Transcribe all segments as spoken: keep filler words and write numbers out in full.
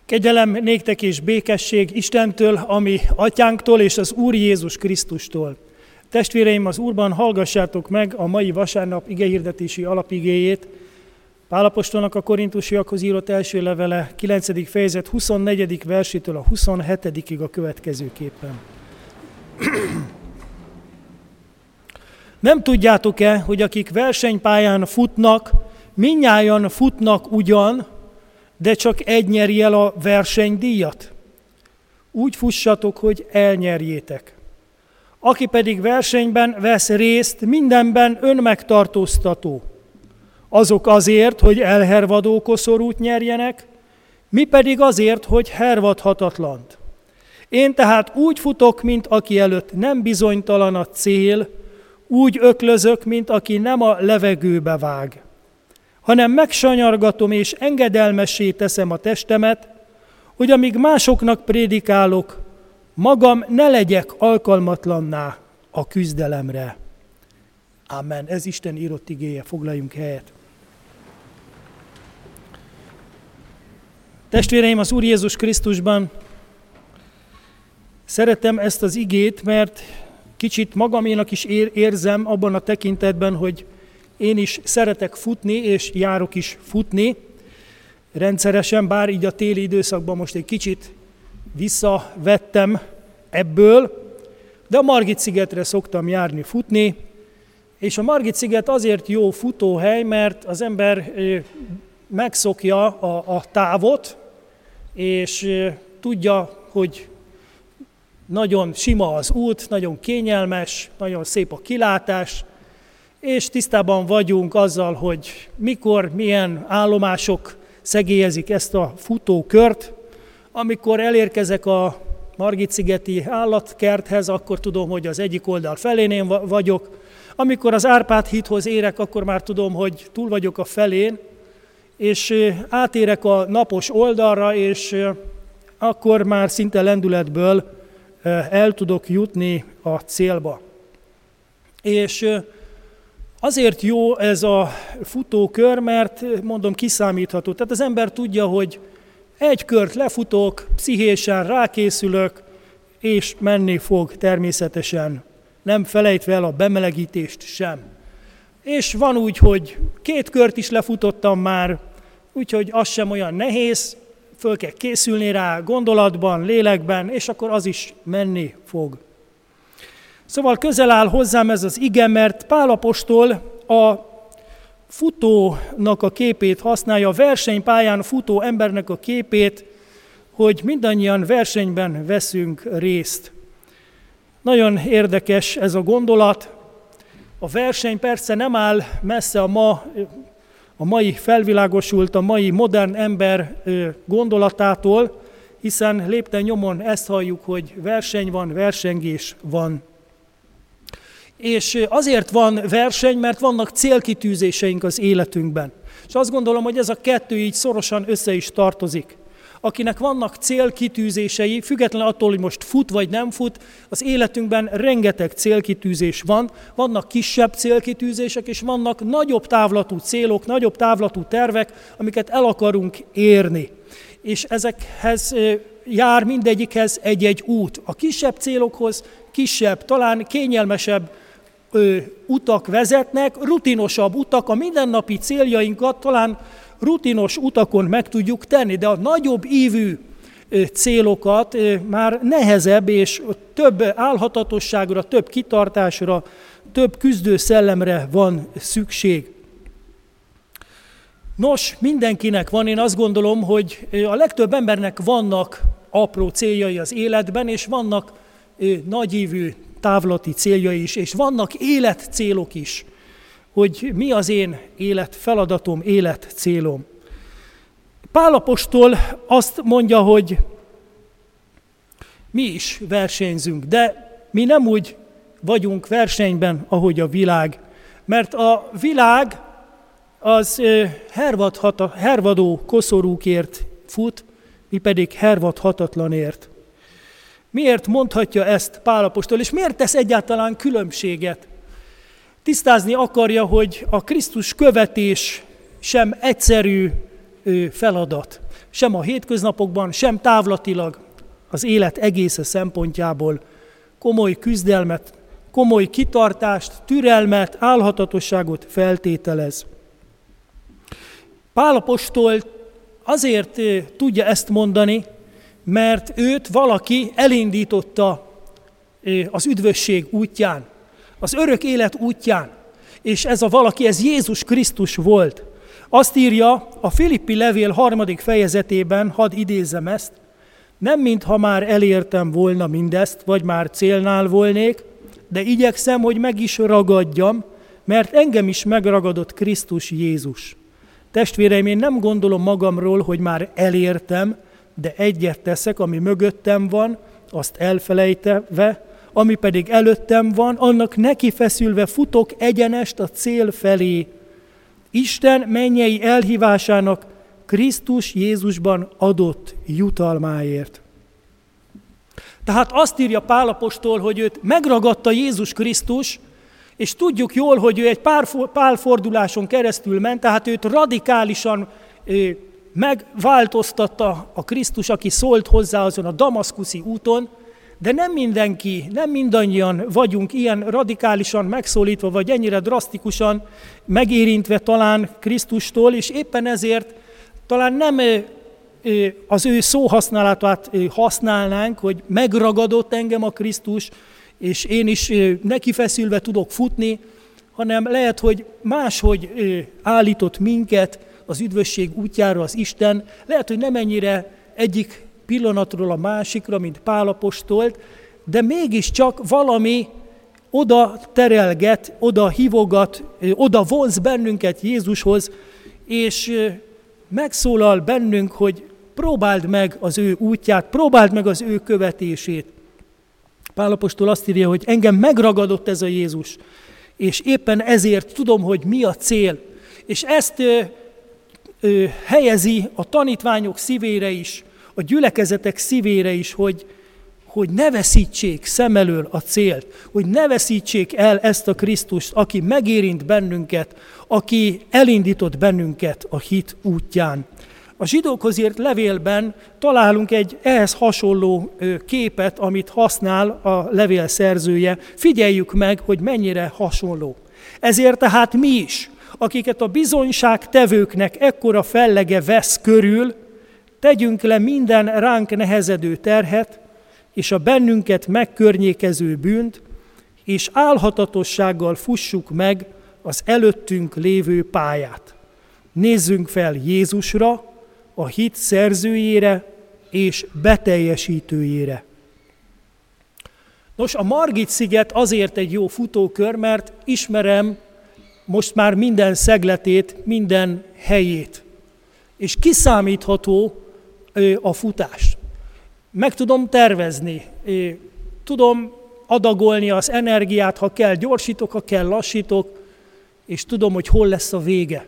Kegyelem néktek és békesség Istentől, ami atyánktól és az Úr Jézus Krisztustól. Testvéreim, az Úrban hallgassátok meg a mai vasárnap igehirdetési alapigéjét. Pál apostolnak a korintusiakhoz írott első levele, kilencedik fejezet huszonnegyedik versétől a huszonhetedikig a következőképpen. Nem tudjátok-e, hogy akik versenypályán futnak, mindnyájan futnak ugyan, de csak egy nyeri el a versenydíjat? Úgy fussatok, hogy elnyerjétek. Aki pedig versenyben vesz részt, mindenben önmegtartóztató. Azok azért, hogy elhervadó koszorút nyerjenek, mi pedig azért, hogy hervadhatatlant. Én tehát úgy futok, mint aki előtt nem bizonytalan a cél, úgy öklözök, mint aki nem a levegőbe vág, hanem megsanyargatom és engedelmessé teszem a testemet, hogy amíg másoknak prédikálok, magam ne legyek alkalmatlanná a küzdelemre. Amen. Ez Isten írott igéje. Foglaljunk helyet. Testvéreim, az Úr Jézus Krisztusban szeretem ezt az igét, mert kicsit magaménak is érzem abban a tekintetben, hogy én is szeretek futni, és járok is futni rendszeresen, bár így a téli időszakban most egy kicsit visszavettem ebből, de a Margit-szigetre szoktam járni futni, és a Margit-sziget azért jó futóhely, mert az ember megszokja a, a távot, és tudja, hogy nagyon sima az út, nagyon kényelmes, nagyon szép a kilátás, és tisztában vagyunk azzal, hogy mikor, milyen állomások szegélyezik ezt a futókört. Amikor elérkezek a Margit-szigeti állatkerthez, akkor tudom, hogy az egyik oldal felén én vagyok. Amikor az Árpád-hídhoz érek, akkor már tudom, hogy túl vagyok a felén, és átérek a napos oldalra, és akkor már szinte lendületből el tudok jutni a célba. És azért jó ez a futókör, mert mondom, kiszámítható. Tehát az ember tudja, hogy egy kört lefutok, pszichésen rákészülök, és menni fog természetesen, nem felejtve el a bemelegítést sem. És van úgy, hogy két kört is lefutottam már, úgyhogy az sem olyan nehéz, föl kell készülni rá gondolatban, lélekben, és akkor az is menni fog. Szóval közel áll hozzám ez az ige, mert Pál apostol a futónak a képét használja, a versenypályán futó embernek a képét, hogy mindannyian versenyben veszünk részt. Nagyon érdekes ez a gondolat. A verseny persze nem áll messze a, ma, a mai felvilágosult, a mai modern ember gondolatától, hiszen lépten nyomon ezt halljuk, hogy verseny van, versengés van. És azért van verseny, mert vannak célkitűzéseink az életünkben. És azt gondolom, hogy ez a kettő így szorosan össze is tartozik. Akinek vannak célkitűzései, függetlenül attól, hogy most fut vagy nem fut, az életünkben rengeteg célkitűzés van. Vannak kisebb célkitűzések, és vannak nagyobb távlatú célok, nagyobb távlatú tervek, amiket el akarunk érni. És ezekhez jár mindegyikhez egy-egy út. A kisebb célokhoz kisebb, talán kényelmesebb ö, utak vezetnek, rutinosabb utak, a mindennapi céljainkat talán rutinos utakon meg tudjuk tenni, de a nagyobb ívű ö, célokat ö, már nehezebb, és több álhatatosságra, több kitartásra, több küzdő szellemre van szükség. Nos, mindenkinek van, én azt gondolom, hogy a legtöbb embernek vannak apró céljai az életben, és vannak nagyívű távlati céljai is, és vannak életcélok is, hogy mi az én életfeladatom, életcélom. Pál apostol azt mondja, hogy mi is versenyzünk, de mi nem úgy vagyunk versenyben, ahogy a világ, mert a világ az hervadó koszorúkért fut, mi pedig hervadhatatlanért. Miért mondhatja ezt Pál apostol, és miért tesz egyáltalán különbséget? Tisztázni akarja, hogy a Krisztus követés sem egyszerű feladat. Sem a hétköznapokban, sem távlatilag az élet egésze szempontjából komoly küzdelmet, komoly kitartást, türelmet, álhatatosságot feltételez. Pál apostol azért tudja ezt mondani, mert őt valaki elindította az üdvösség útján, az örök élet útján, és ez a valaki, ez Jézus Krisztus volt. Azt írja a Filippi levél harmadik fejezetében, hadd idézzem ezt, nem mintha már elértem volna mindezt, vagy már célnál volnék, de igyekszem, hogy meg is ragadjam, mert engem is megragadott Krisztus Jézus. Testvéreim, én nem gondolom magamról, hogy már elértem, de egyet teszek, ami mögöttem van, azt elfelejtve, ami pedig előttem van, annak neki feszülve futok egyenest a cél felé. Isten mennyei elhívásának Krisztus Jézusban adott jutalmáért. Tehát azt írja Pál apostol, hogy őt megragadta Jézus Krisztus, és tudjuk jól, hogy ő egy pár pálforduláson keresztül ment, tehát őt radikálisan megváltoztatta a Krisztus, aki szólt hozzá azon a damaszkuszi úton, de nem mindenki, nem mindannyian vagyunk ilyen radikálisan megszólítva, vagy ennyire drasztikusan megérintve talán Krisztustól, és éppen ezért talán nem az ő szóhasználatát használnánk, hogy megragadott engem a Krisztus, és én is neki feszülve tudok futni, hanem lehet, hogy máshogy állított minket az üdvösség útjára az Isten, lehet, hogy nem ennyire egyik pillanatról a másikra, mint Pál apostolt, de mégiscsak valami oda terelget, oda hívogat, oda vonz bennünket Jézushoz, és megszólal bennünk, hogy próbáld meg az ő útját, próbáld meg az ő követését. Pál apostol azt írja, hogy engem megragadott ez a Jézus, és éppen ezért tudom, hogy mi a cél. És ezt ö, ö, helyezi a tanítványok szívére is, a gyülekezetek szívére is, hogy, hogy ne veszítsék szem elől a célt, hogy ne veszítsék el ezt a Krisztust, aki megérint bennünket, aki elindított bennünket a hit útján. A zsidókhoz írt levélben találunk egy ehhez hasonló képet, amit használ a levél szerzője. Figyeljük meg, hogy mennyire hasonló. Ezért tehát mi is, akiket a bizonyságtevőknek ekkora fellege vesz körül, tegyünk le minden ránk nehezedő terhet, és a bennünket megkörnyékező bűnt, és álhatatossággal fussuk meg az előttünk lévő pályát. Nézzünk fel Jézusra, a hit szerzőjére és beteljesítőjére. Nos, a Margit-sziget azért egy jó futókör, mert ismerem most már minden szegletét, minden helyét, és kiszámítható a futás. Meg tudom tervezni, tudom adagolni az energiát, ha kell gyorsítok, ha kell lassítok, és tudom, hogy hol lesz a vége.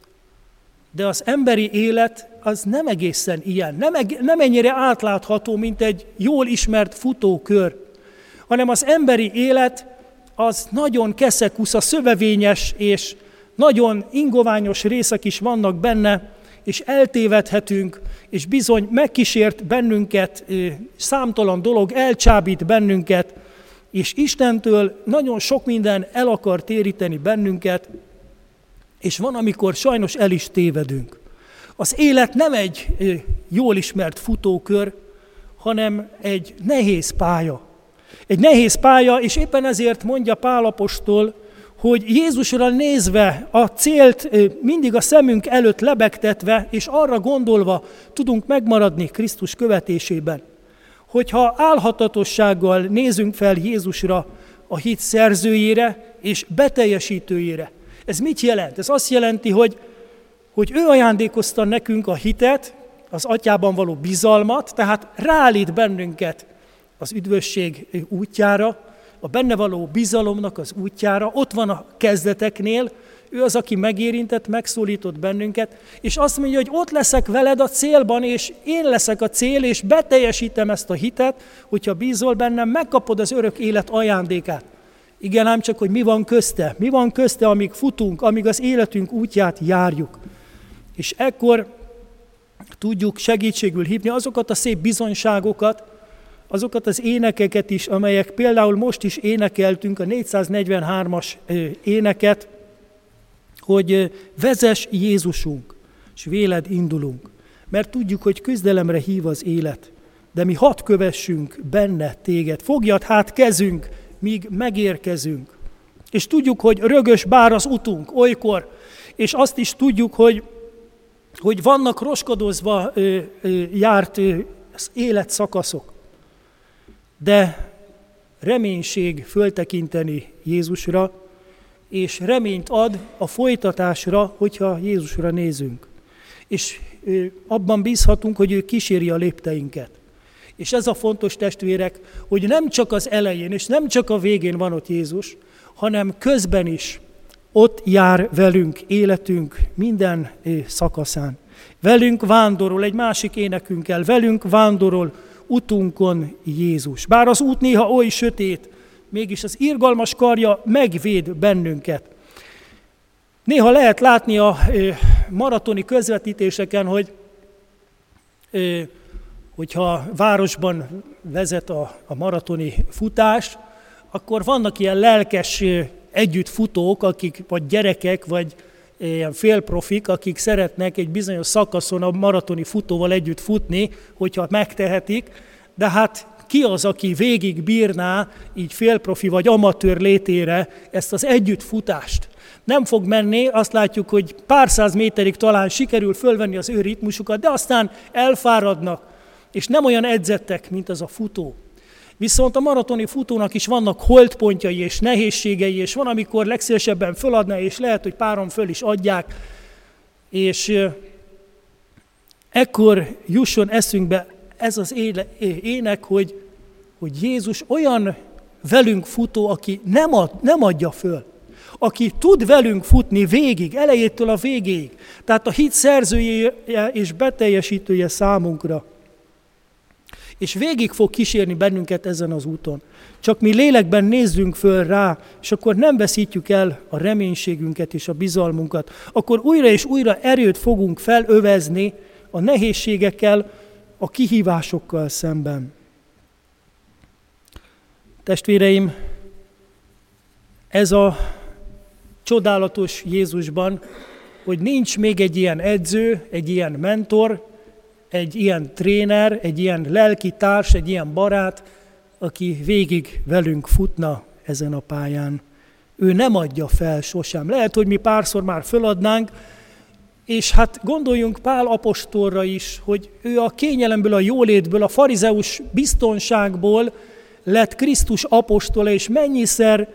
De az emberi élet az nem egészen ilyen, nem, nem ennyire átlátható, mint egy jól ismert futókör, hanem az emberi élet az nagyon keszekusza, szövevényes, és nagyon ingoványos részek is vannak benne, és eltévedhetünk, és bizony megkísért bennünket számtalan dolog, elcsábít bennünket, és Istentől nagyon sok minden el akar téríteni bennünket, és van, amikor sajnos el is tévedünk. Az élet nem egy jól ismert futókör, hanem egy nehéz pálya. Egy nehéz pálya, és éppen ezért mondja Pál apostol, hogy Jézusra nézve a célt mindig a szemünk előtt lebegtetve, és arra gondolva tudunk megmaradni Krisztus követésében. Hogyha álhatatossággal nézünk fel Jézusra, a hit szerzőjére és beteljesítőjére. Ez mit jelent? Ez azt jelenti, hogy, hogy ő ajándékozta nekünk a hitet, az atyában való bizalmat, tehát ráállít bennünket az üdvösség útjára, a benne való bizalomnak az útjára, ott van a kezdeteknél, ő az, aki megérintett, megszólított bennünket, és azt mondja, hogy ott leszek veled a célban, és én leszek a cél, és beteljesítem ezt a hitet, hogyha bízol bennem, megkapod az örök élet ajándékát. Igen, ám csak, hogy mi van közte, mi van közte, amíg futunk, amíg az életünk útját járjuk. És ekkor tudjuk segítségül hívni azokat a szép bizonyságokat, azokat az énekeket is, amelyek például most is énekeltünk, a négyszáznegyvenhármas éneket, hogy vezess Jézusunk, és véled indulunk. Mert tudjuk, hogy küzdelemre hív az élet, de mi hadd kövessünk benne téged. Fogjad hát kezünk, míg megérkezünk. És tudjuk, hogy rögös bár az utunk olykor, és azt is tudjuk, hogy, hogy vannak roskadozva ö, ö, járt ö, életszakaszok. De reménység föltekinteni Jézusra, és reményt ad a folytatásra, hogyha Jézusra nézünk. És ö, abban bízhatunk, hogy ő kíséri a lépteinket. És ez a fontos, testvérek, hogy nem csak az elején, és nem csak a végén van ott Jézus, hanem közben is ott jár velünk életünk minden szakaszán. Velünk vándorol, egy másik énekünkkel, velünk vándorol utunkon Jézus. Bár az út néha oly sötét, mégis az irgalmas karja megvéd bennünket. Néha lehet látni a maratoni közvetítéseken, hogy hogyha városban vezet a, a maratoni futás, akkor vannak ilyen lelkes együttfutók, akik, vagy gyerekek, vagy ilyen félprofik, akik szeretnek egy bizonyos szakaszon a maratoni futóval együtt futni, hogyha megtehetik, de hát ki az, aki végig bírná így félprofi vagy amatőr létére ezt az együttfutást? Nem fog menni, azt látjuk, hogy pár száz méterig talán sikerül fölvenni az ő ritmusukat, de aztán elfáradnak, és nem olyan edzettek, mint az a futó. Viszont a maratoni futónak is vannak holdpontjai és nehézségei, és van, amikor legszívesebben föladná, és lehet, hogy páron föl is adják, és ekkor jusson eszünkbe ez az ének, hogy, hogy Jézus olyan velünk futó, aki nem, ad, nem adja föl, aki tud velünk futni végig, elejétől a végéig. Tehát a hit szerzője és beteljesítője számunkra. És végig fog kísérni bennünket ezen az úton. Csak mi lélekben nézzünk föl rá, és akkor nem veszítjük el a reménységünket és a bizalmunkat. Akkor újra és újra erőt fogunk felövezni a nehézségekkel, a kihívásokkal szemben. Testvéreim, ez a csodálatos Jézusban, hogy nincs még egy ilyen edző, egy ilyen mentor, egy ilyen tréner, egy ilyen lelki társ, egy ilyen barát, aki végig velünk futna ezen a pályán. Ő nem adja fel sosem. Lehet, hogy mi párszor már föladnánk, és hát gondoljunk Pál apostolra is, hogy ő a kényelemből, a jólétből, a farizeus biztonságból lett Krisztus apostola, és mennyiszer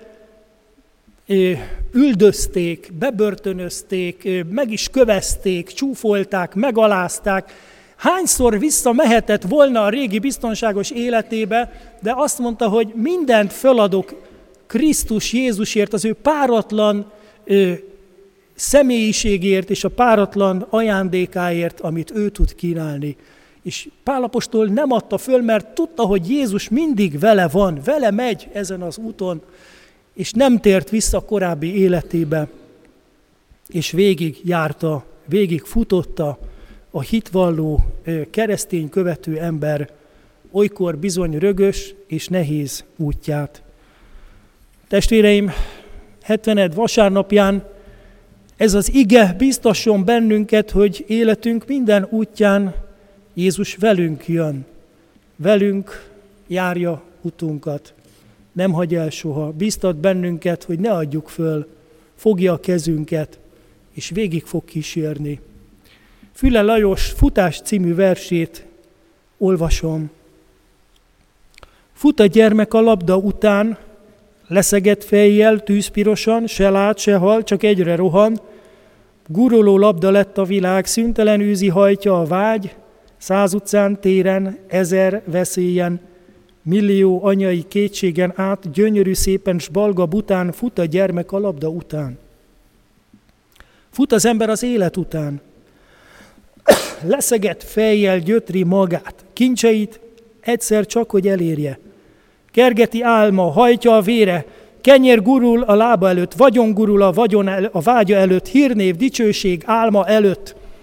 üldözték, bebörtönözték, meg is kövezték, csúfolták, megalázták. Hányszor visszamehetett volna a régi biztonságos életébe, de azt mondta, hogy mindent föladok Krisztus Jézusért, az ő páratlan ö, személyiségért és a páratlan ajándékáért, amit ő tud kínálni. És Pál apostol nem adta föl, mert tudta, hogy Jézus mindig vele van, vele megy ezen az úton, és nem tért vissza a korábbi életébe, és végig járta, végig futotta a hitvalló, keresztény követő ember olykor bizony rögös és nehéz útját. Testvéreim, hetvened vasárnapján ez az ige biztasson bennünket, hogy életünk minden útján Jézus velünk jön, velünk járja utunkat. Nem hagy el soha, biztat bennünket, hogy ne adjuk föl, fogja a kezünket, és végig fog kísérni. Füle Lajos Futás című versét olvasom. Fut a gyermek a labda után, leszegett fejjel, tűzpirosan, se lát, se hal, csak egyre rohan. Guruló labda lett a világ, szüntelen űzi hajtja a vágy, száz utcán, téren, ezer veszélyen, millió anyai kétségen át, gyönyörű szépen s balga bután fut a gyermek a labda után. Fut az ember az élet után, leszegett fejjel gyötri magát, kincseit egyszer csak, hogy elérje. Kergeti álma, hajtja a vére, kenyér gurul a lába előtt, vagyon gurul a, vagyon el, a vágya előtt, hírnév, dicsőség, álma előtt.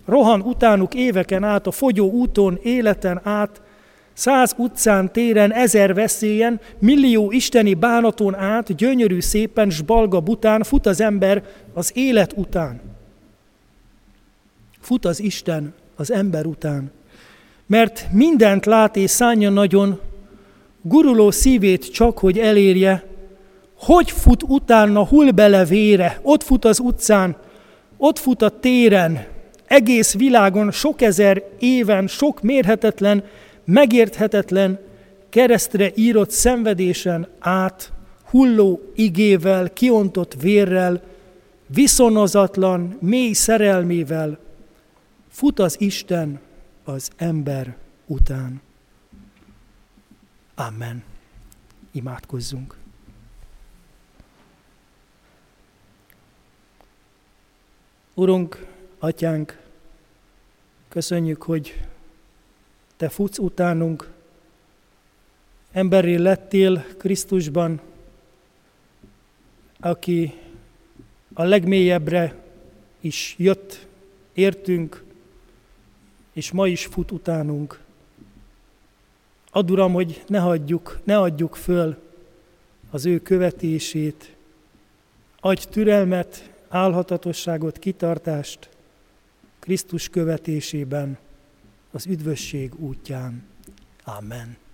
rohan utánuk éveken át, a fogyó úton, életen át, száz utcán, téren, ezer veszélyen, millió isteni bánaton át, gyönyörű szépen, s balga bután fut az ember az élet után. Fut az Isten az ember után, mert mindent lát és szánja nagyon, guruló szívét csak, hogy elérje, hogy fut utána, hull bele vére, ott fut az utcán, ott fut a téren, egész világon, sok ezer éven, sok mérhetetlen, megérthetetlen, keresztre írott szenvedésen át, hulló igével, kiontott vérrel, viszonozatlan, mély szerelmével fut az Isten az ember után. Amen. Imádkozzunk. Urunk, Atyánk, köszönjük, hogy Te futsz utánunk, emberré lettél Krisztusban, aki a legmélyebbre is jött, értünk, és ma is fut utánunk. Add, Uram, hogy ne hagyjuk, ne adjuk föl az ő követését. Adj türelmet, álhatatosságot, kitartást Krisztus követésében, az üdvösség útján. Amen.